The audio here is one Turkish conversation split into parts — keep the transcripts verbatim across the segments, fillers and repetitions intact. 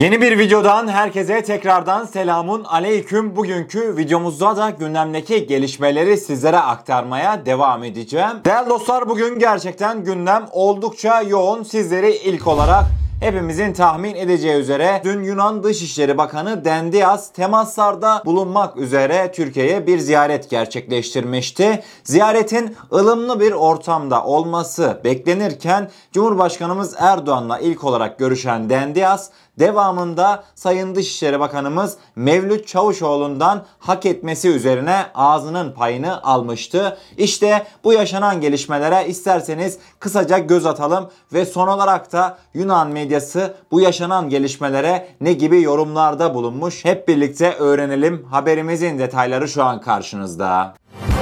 Yeni bir videodan herkese tekrardan selamun aleyküm. Bugünkü videomuzda da gündemdeki gelişmeleri sizlere aktarmaya devam edeceğim. Değerli dostlar, bugün gerçekten gündem oldukça yoğun. Sizleri ilk olarak hepimizin tahmin edeceği üzere dün Yunan Dışişleri Bakanı Dendias temaslarda bulunmak üzere Türkiye'ye bir ziyaret gerçekleştirmişti. Ziyaretin ılımlı bir ortamda olması beklenirken Cumhurbaşkanımız Erdoğan'la ilk olarak görüşen Dendias devamında Sayın Dışişleri Bakanımız Mevlüt Çavuşoğlu'ndan hak etmesi üzerine ağzının payını almıştı. İşte bu yaşanan gelişmelere isterseniz kısaca göz atalım ve son olarak da Yunan medyası bu yaşanan gelişmelere ne gibi yorumlarda bulunmuş hep birlikte öğrenelim. Haberimizin detayları şu an karşınızda.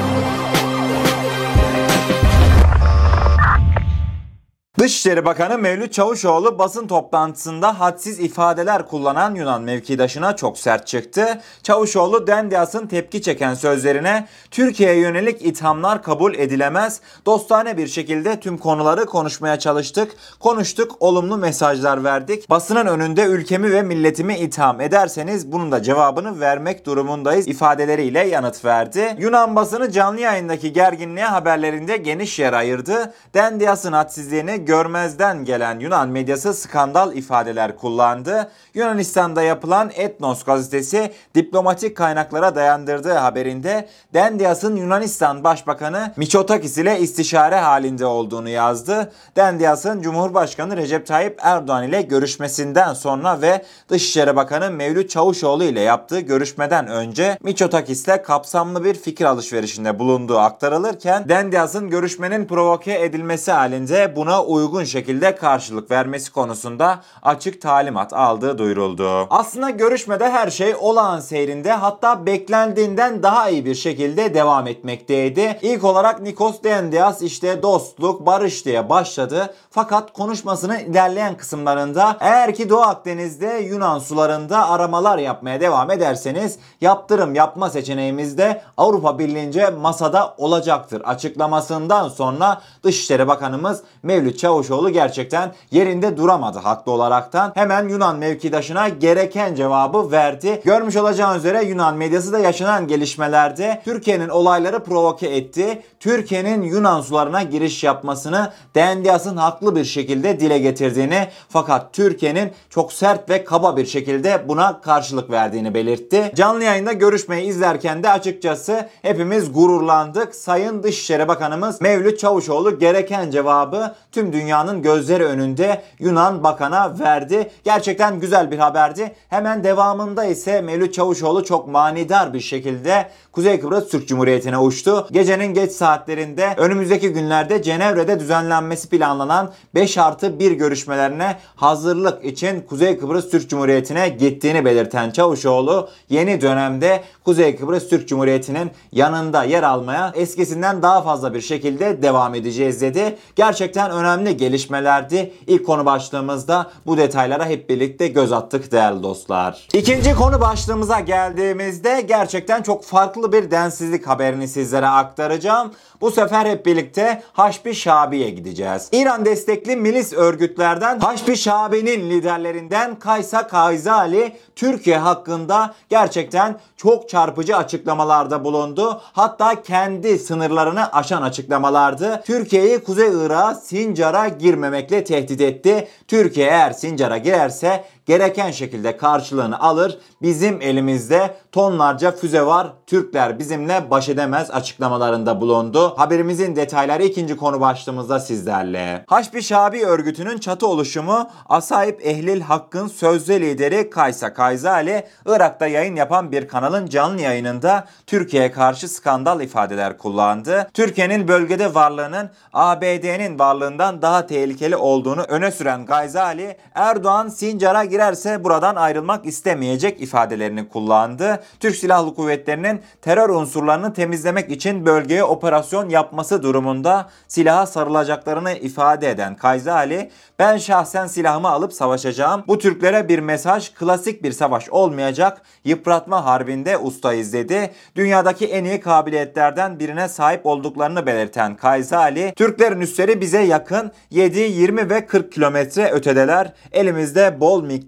Dışişleri Bakanı Mevlüt Çavuşoğlu basın toplantısında hadsiz ifadeler kullanan Yunan mevkidaşına çok sert çıktı. Çavuşoğlu Dendias'ın tepki çeken sözlerine Türkiye'ye yönelik ithamlar kabul edilemez. Dostane bir şekilde tüm konuları konuşmaya çalıştık. Konuştuk, olumlu mesajlar verdik. Basının önünde ülkemi ve milletimi itham ederseniz bunun da cevabını vermek durumundayız ifadeleriyle yanıt verdi. Yunan basını canlı yayındaki gerginliğe haberlerinde geniş yer ayırdı. Dendias'ın hadsizliğini görmezden gelen Yunan medyası skandal ifadeler kullandı. Yunanistan'da yapılan Ethnos gazetesi diplomatik kaynaklara dayandırdığı haberinde Dendias'ın Yunanistan Başbakanı Mitsotakis ile istişare halinde olduğunu yazdı. Dendias'ın Cumhurbaşkanı Recep Tayyip Erdoğan ile görüşmesinden sonra ve Dışişleri Bakanı Mevlüt Çavuşoğlu ile yaptığı görüşmeden önce Mitsotakis ile kapsamlı bir fikir alışverişinde bulunduğu aktarılırken Dendias'ın görüşmenin provoke edilmesi halinde buna uygun şekilde karşılık vermesi konusunda açık talimat aldığı duyuruldu. Aslında görüşmede her şey olağan seyrinde, hatta beklendiğinden daha iyi bir şekilde devam etmekteydi. İlk olarak Nikos Dendias işte dostluk, barış diye başladı. Fakat konuşmasının ilerleyen kısımlarında eğer ki Doğu Akdeniz'de Yunan sularında aramalar yapmaya devam ederseniz yaptırım yapma seçeneğimiz de Avrupa Birliği'nce masada olacaktır açıklamasından sonra Dışişleri Bakanımız Mevlüt Çavuşoğlu gerçekten yerinde duramadı haklı olaraktan. Hemen Yunan mevkidaşına gereken cevabı verdi. Görmüş olacağınız üzere Yunan medyası da yaşanan gelişmelerde Türkiye'nin olayları provoke etti. Türkiye'nin Yunan sularına giriş yapmasını Dendias'ın haklı bir şekilde dile getirdiğini, fakat Türkiye'nin çok sert ve kaba bir şekilde buna karşılık verdiğini belirtti. Canlı yayında görüşmeyi izlerken de açıkçası hepimiz gururlandık. Sayın Dışişleri Bakanımız Mevlüt Çavuşoğlu gereken cevabı tüm dünyanın gözleri önünde Yunan Bakan'a verdi. Gerçekten güzel bir haberdi. Hemen devamında ise Mevlüt Çavuşoğlu çok manidar bir şekilde Kuzey Kıbrıs Türk Cumhuriyeti'ne uçtu. Gecenin geç saatlerinde önümüzdeki günlerde Cenevre'de düzenlenmesi planlanan beş artı bir görüşmelerine hazırlık için Kuzey Kıbrıs Türk Cumhuriyeti'ne gittiğini belirten Çavuşoğlu yeni dönemde Kuzey Kıbrıs Türk Cumhuriyeti'nin yanında yer almaya eskisinden daha fazla bir şekilde devam edeceğiz dedi. Gerçekten önemli gelişmelerdi. İlk konu başlığımızda bu detaylara hep birlikte göz attık değerli dostlar. İkinci konu başlığımıza geldiğimizde gerçekten çok farklı bir densizlik haberini sizlere aktaracağım. Bu sefer hep birlikte Haçpi Şabi'ye gideceğiz. İran destekli milis örgütlerden Haçpi Şabi'nin liderlerinden Kaysa Kayzali Türkiye hakkında gerçekten çok çarpıcı açıklamalarda bulundu. Hatta kendi sınırlarını aşan açıklamalardı. Türkiye'yi Kuzey Irak'a Sincar'a girmemekle tehdit etti. Türkiye eğer Sincar'a girerse gereken şekilde karşılığını alır. Bizim elimizde tonlarca füze var. Türkler bizimle baş edemez açıklamalarında bulundu. Haberimizin detayları ikinci konu başlığımızda sizlerle. Haçpi Şabi örgütünün çatı oluşumu Asayip Ehlil Hakk'ın sözde lideri Kaysa Kayzali, Irak'ta yayın yapan bir kanalın canlı yayınında Türkiye'ye karşı skandal ifadeler kullandı. Türkiye'nin bölgede varlığının A B D'nin varlığından daha tehlikeli olduğunu öne süren Kayzali, Erdoğan Sincar'a girerse buradan ayrılmak istemeyecek ifadelerini kullandı. Türk Silahlı Kuvvetleri'nin terör unsurlarını temizlemek için bölgeye operasyon yapması durumunda silaha sarılacaklarını ifade eden Kayzali, ben şahsen silahımı alıp savaşacağım. Bu Türklere bir mesaj, klasik bir savaş olmayacak. Yıpratma harbinde ustayız dedi. Dünyadaki en iyi kabiliyetlerden birine sahip olduklarını belirten Kayzali, Türklerin üsleri bize yakın, yedi, yirmi ve kırk kilometre ötedeler. Elimizde bol miktarda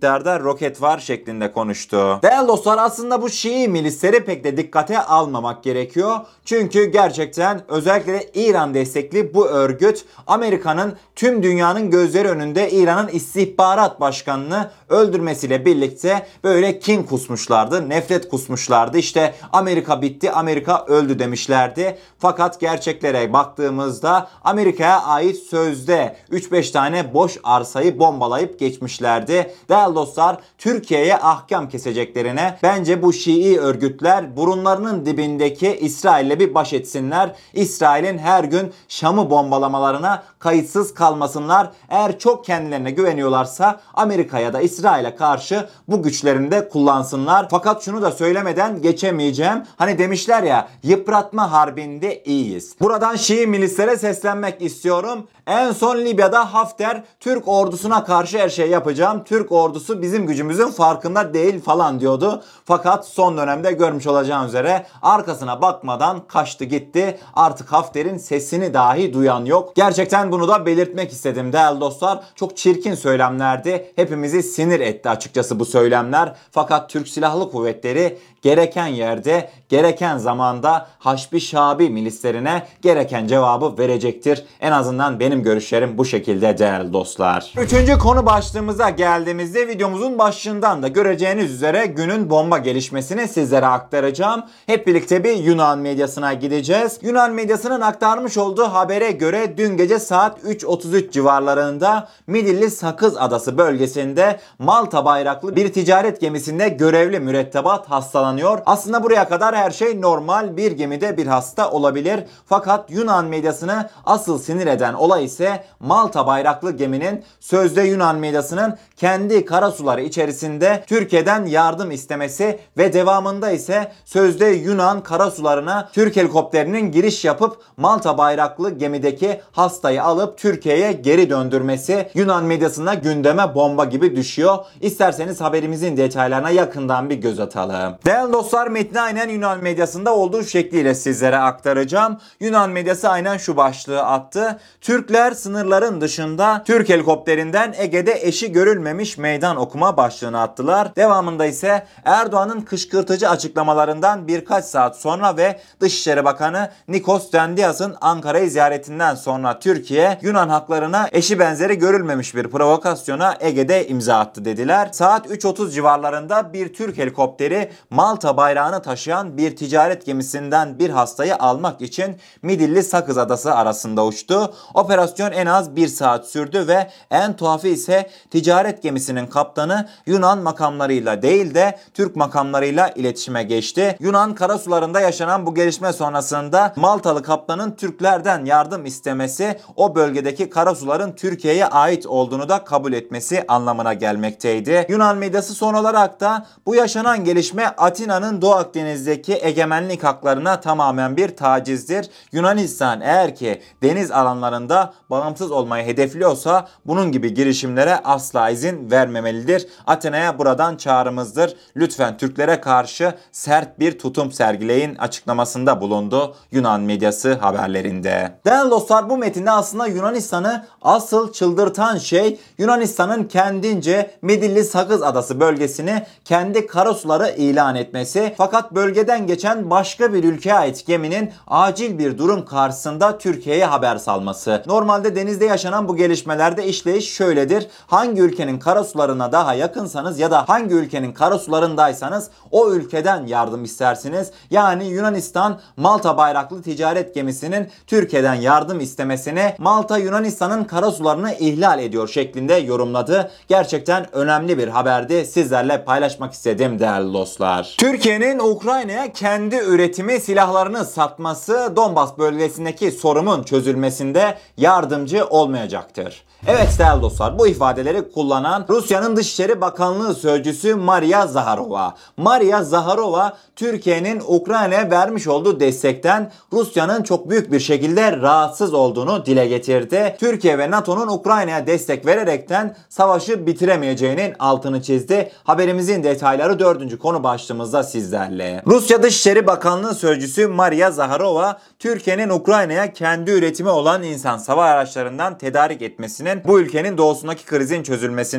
miktarda roket var şeklinde konuştu. Değerli dostlar, aslında bu Şii milisleri pek de dikkate almamak gerekiyor. Çünkü gerçekten özellikle İran destekli bu örgüt Amerika'nın tüm dünyanın gözleri önünde İran'ın istihbarat başkanını öldürmesiyle birlikte böyle kin kusmuşlardı, nefret kusmuşlardı. İşte Amerika bitti, Amerika öldü demişlerdi. Fakat gerçeklere baktığımızda Amerika'ya ait sözde üç beş tane boş arsayı bombalayıp geçmişlerdi. Değerli dostlar, Türkiye'ye ahkam keseceklerine bence bu Şii örgütler burunlarının dibindeki İsrail'le bir baş etsinler. İsrail'in her gün Şam'ı bombalamalarına kayıtsız kalmasınlar. Eğer çok kendilerine güveniyorlarsa Amerika'ya da İsrail'e karşı bu güçlerini de kullansınlar. Fakat şunu da söylemeden geçemeyeceğim. Hani demişler ya, yıpratma harbinde iyiyiz. Buradan Şii milislere seslenmek istiyorum. En son Libya'da Hafter Türk ordusuna karşı her şey yapacağım, Türk ordusu bizim gücümüzün farkında değil falan diyordu. Fakat son dönemde görmüş olacağın üzere arkasına bakmadan kaçtı gitti. Artık Hafter'in sesini dahi duyan yok. Gerçekten bunu da belirtmek istedim değerli dostlar. Çok çirkin söylemlerdi. Hepimizi sinir etti açıkçası bu söylemler. Fakat Türk Silahlı Kuvvetleri gereken yerde, gereken zamanda Haçbi Şabi milislerine gereken cevabı verecektir. En azından benim görüşlerim bu şekilde değerli dostlar. Üçüncü konu başlığımıza geldiğimizde videomuzun başından da göreceğiniz üzere günün bomba gelişmesini sizlere aktaracağım. Hep birlikte bir Yunan medyasına gideceğiz. Yunan medyasının aktarmış olduğu habere göre dün gece saat üç otuz üç civarlarında Midilli Sakız Adası bölgesinde Malta bayraklı bir ticaret gemisinde görevli mürettebat hastalanıyor. Aslında buraya kadar her şey normal, bir gemide bir hasta olabilir. Fakat Yunan medyasını asıl sinir eden olay ise Malta bayraklı geminin sözde Yunan medyasının kendi karasuları içerisinde Türkiye'den yardım istemesi ve devamında ise sözde Yunan karasularına Türk helikopterinin giriş yapıp Malta bayraklı gemideki hastayı alıp Türkiye'ye geri döndürmesi Yunan medyasına gündeme bomba gibi düşüyor. İsterseniz haberimizin detaylarına yakından bir göz atalım. Değerli dostlar, metni aynen Yunan medyasında olduğu şekliyle sizlere aktaracağım. Yunan medyası aynen şu başlığı attı. Türkler sınırların dışında Türk helikopterinden Ege'de eşi görülmemiş meydan okuma başlığını attılar. Devamında ise Erdoğan'ın kışkırtıcı açıklamalarından birkaç saat sonra ve Dışişleri Bakanı Nikos Dendias'ın Ankara'yı ziyaretinden sonra Türkiye Yunan haklarına eşi benzeri görülmemiş bir provokasyona Ege'de imza attı dediler. Saat üç otuz civarlarında bir Türk helikopteri Malta bayrağını taşıyan bir ticaret gemisinden bir hastayı almak için Midilli Sakız Adası arasında uçtu. Operasyon en az bir saat sürdü ve en tuhafı ise ticaret gemisinin kaptanı Yunan makamlarıyla değil de Türk makamlarıyla iletişime geçti. Yunan karasularında yaşanan bu gelişme sonrasında Maltalı kaptanın Türklerden yardım istemesi o bölgedeki karasuların Türkiye'ye ait olduğunu da kabul etmesi anlamına gelmekteydi. Yunan medyası son olarak da bu yaşanan gelişme Atina'nın Doğu Akdeniz'deki egemenlik haklarına tamamen bir tacizdir. Yunanistan eğer ki deniz alanlarında bağımsız olmayı hedefliyorsa bunun gibi girişimlere asla izin vermemelidir. Atina'ya buradan çağrımızdır. Lütfen Türklere karşı sert bir tutum sergileyin açıklamasında bulundu Yunan medyası haberlerinde. Değerli dostlar, bu metinde aslında Yunanistan'ı asıl çıldırtan şey Yunanistan'ın kendince Midilli Sakız Adası bölgesini kendi karasuları ilan etmesi. Fakat bölgeden geçen başka bir ülkeye ait geminin acil bir durum karşısında Türkiye'ye haber salması. Normalde denizde yaşanan bu gelişmelerde işleyiş şöyledir. Hangi ülkenin karasularına daha yakınsanız ya da hangi ülkenin karasularındaysanız o ülkeden yardım istersiniz. Yani Yunanistan Malta bayraklı ticaret gemisinin Türkiye'den yardım istemesini Malta Yunanistan'ın karasularını ihlal ediyor şeklinde yorumladı. Gerçekten önemli bir haberdi. Sizlerle paylaşmak istedim değerli dostlar. Türkiye'nin Ukrayna'ya kendi üretimi silahlarını satması Donbas bölgesindeki sorunun çözülmesinde yardımcı olmayacaktır. Evet değerli dostlar, bu ifadeleri kullanan Rusya'nın Dışişleri Bakanlığı sözcüsü Maria Zaharova. Maria Zaharova Türkiye'nin Ukrayna'ya vermiş olduğu destekten Rusya'nın çok büyük bir şekilde rahatsız olduğunu dile getirdi. Türkiye ve NATO'nun Ukrayna'ya destek vererekten savaşı bitiremeyeceğinin altını çizdi. Haberimizin detayları dördüncü konu başlığımızda sizlerle. Rusya Dışişleri Bakanlığı sözcüsü Maria Zaharova, Türkiye'nin Ukrayna'ya kendi üretimi olan insan hava araçlarından tedarik etmesinin bu ülkenin doğusundaki krizin çözülmesinde yardımcı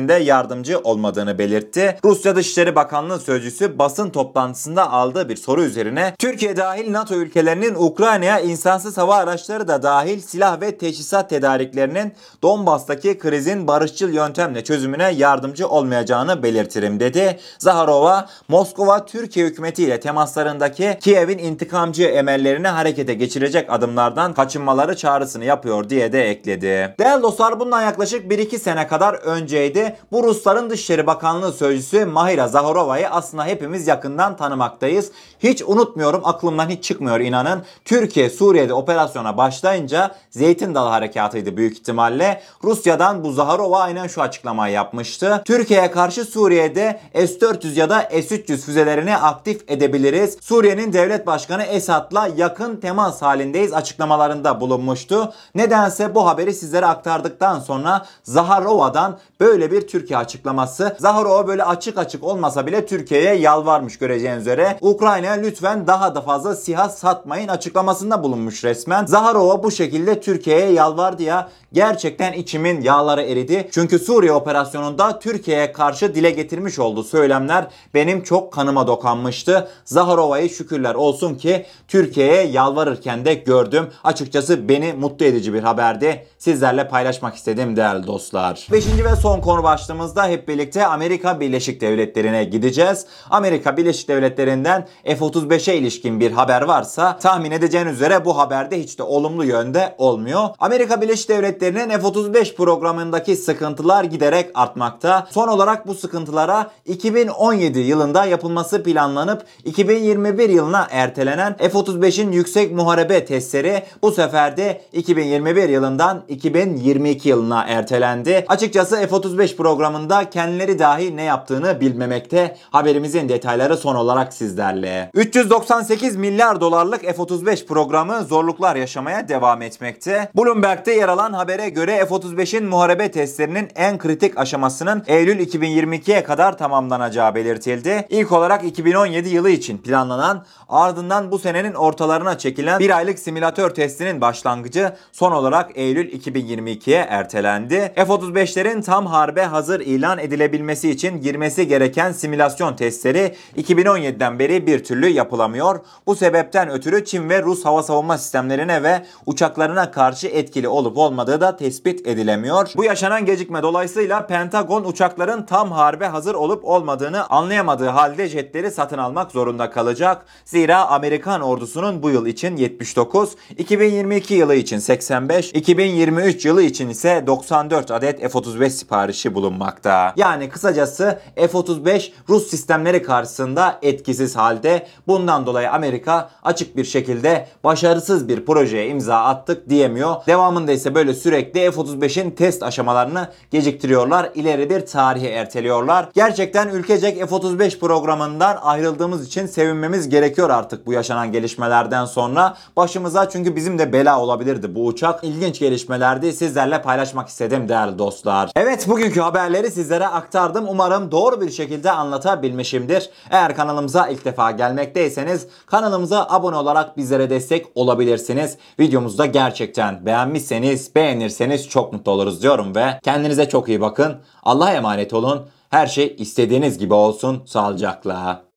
yardımcı olmadığını belirtti. Rusya Dışişleri Bakanlığı sözcüsü basın toplantısında aldığı bir soru üzerine Türkiye dahil NATO ülkelerinin Ukrayna'ya insansız hava araçları da dahil silah ve teçhizat tedariklerinin Donbas'taki krizin barışçıl yöntemle çözümüne yardımcı olmayacağını belirtirim dedi. Zaharova, Moskova Türkiye hükümetiyle temaslarındaki Kiev'in intikamcı emellerini harekete geçirecek adımlardan kaçınmaları çağrısını yapıyor diye de ekledi. Değerli dostlar, bundan yaklaşık bir iki sene kadar önceydi. Bu Rusların Dışişleri Bakanlığı sözcüsü Mahira Zaharova'yı aslında hepimiz yakından tanımaktayız. Hiç unutmuyorum, aklımdan hiç çıkmıyor inanın. Türkiye Suriye'de operasyona başlayınca Zeytin Dalı Harekatı'ydı büyük ihtimalle. Rusya'dan bu Zaharova aynen şu açıklamayı yapmıştı. Türkiye'ye karşı Suriye'de S dört yüz ya da S üç yüz füzelerini aktif edebiliriz. Suriye'nin devlet başkanı Esad'la yakın temas halindeyiz açıklamalarında bulunmuştu. Nedense bu haberi sizlere aktardıktan sonra Zaharova'dan böyle bir Türkiye açıklaması. Zaharova böyle açık açık olmasa bile Türkiye'ye yalvarmış göreceğiniz üzere. Ukrayna'ya lütfen daha da fazla SİHA satmayın açıklamasında bulunmuş resmen. Zaharova bu şekilde Türkiye'ye yalvardı ya, gerçekten içimin yağları eridi. Çünkü Suriye operasyonunda Türkiye'ye karşı dile getirmiş olduğu söylemler benim çok kanıma dokanmıştı. Zaharova'yı şükürler olsun ki Türkiye'ye yalvarırken de gördüm. Açıkçası beni mutlu edici bir haberdi. Sizlerle paylaşmak istedim değerli dostlar. Beşinci ve son konu başlığımızda hep birlikte Amerika Birleşik Devletleri'ne gideceğiz. Amerika Birleşik Devletleri'nden F otuz beşe ilişkin bir haber varsa tahmin edeceğiniz üzere bu haberde hiç de olumlu yönde olmuyor. Amerika Birleşik Devletleri'nin F otuz beş programındaki sıkıntılar giderek artmakta. Son olarak bu sıkıntılara iki bin on yedi yılında yapılması planlanıp iki bin yirmi bir yılına ertelenen F otuz beşin yüksek muharebe testleri bu sefer de iki bin yirmi bir yılından iki bin yirmi iki yılına ertelendi. Açıkçası F otuz beş programında kendileri dahi ne yaptığını bilmemekte. Haberimizin detayları son olarak sizlerle. üç yüz doksan sekiz milyar dolarlık F otuz beş programı zorluklar yaşamaya devam etmekte. Bloomberg'de yer alan habere göre F otuz beşin muharebe testlerinin en kritik aşamasının Eylül iki bin yirmi ikiye kadar tamamlanacağı belirtildi. İlk olarak iki bin on yedi yılı için planlanan, ardından bu senenin ortalarına çekilen bir aylık simülatör testinin başlangıcı son olarak Eylül iki bin yirmi ikiye ertelendi. F otuz beşlerin tam harbe hazır ilan edilebilmesi için girmesi gereken simülasyon testleri iki bin on yediden beri bir türlü yapılamıyor. Bu sebepten ötürü Çin ve Rus hava savunma sistemlerine ve uçaklarına karşı etkili olup olmadığı da tespit edilemiyor. Bu yaşanan gecikme dolayısıyla Pentagon uçakların tam harbe hazır olup olmadığını anlayamadığı halde jetleri satın almak zorunda kalacak. Zira Amerikan ordusunun bu yıl için yetmiş dokuz, iki bin yirmi iki yılı için seksen beş, iki bin yirmi üç yılı için ise doksan dört adet F otuz beş siparişi bulunmakta. Yani kısacası F otuz beş Rus sistemleri karşısında etkisiz halde. Bundan dolayı Amerika açık bir şekilde başarısız bir projeye imza attık diyemiyor. Devamında ise böyle sürekli F otuz beşin test aşamalarını geciktiriyorlar. İleri bir tarihe erteliyorlar. Gerçekten ülkecek F otuz beş programından ayrıldığımız için sevinmemiz gerekiyor artık bu yaşanan gelişmelerden sonra. Başımıza çünkü bizim de bela olabilirdi bu uçak. İlginç gelişmelerdi. Sizlerle paylaşmak istedim değerli dostlar. Evet, bugünkü haberleri sizlere aktardım. Umarım doğru bir şekilde anlatabilmişimdir. Eğer kanalımıza ilk defa gelmekteyseniz kanalımıza abone olarak bizlere destek olabilirsiniz. Videomuzu da gerçekten beğenmişseniz, beğenirseniz çok mutlu oluruz diyorum ve kendinize çok iyi bakın. Allah'a emanet olun. Her şey istediğiniz gibi olsun. Sağlıcakla.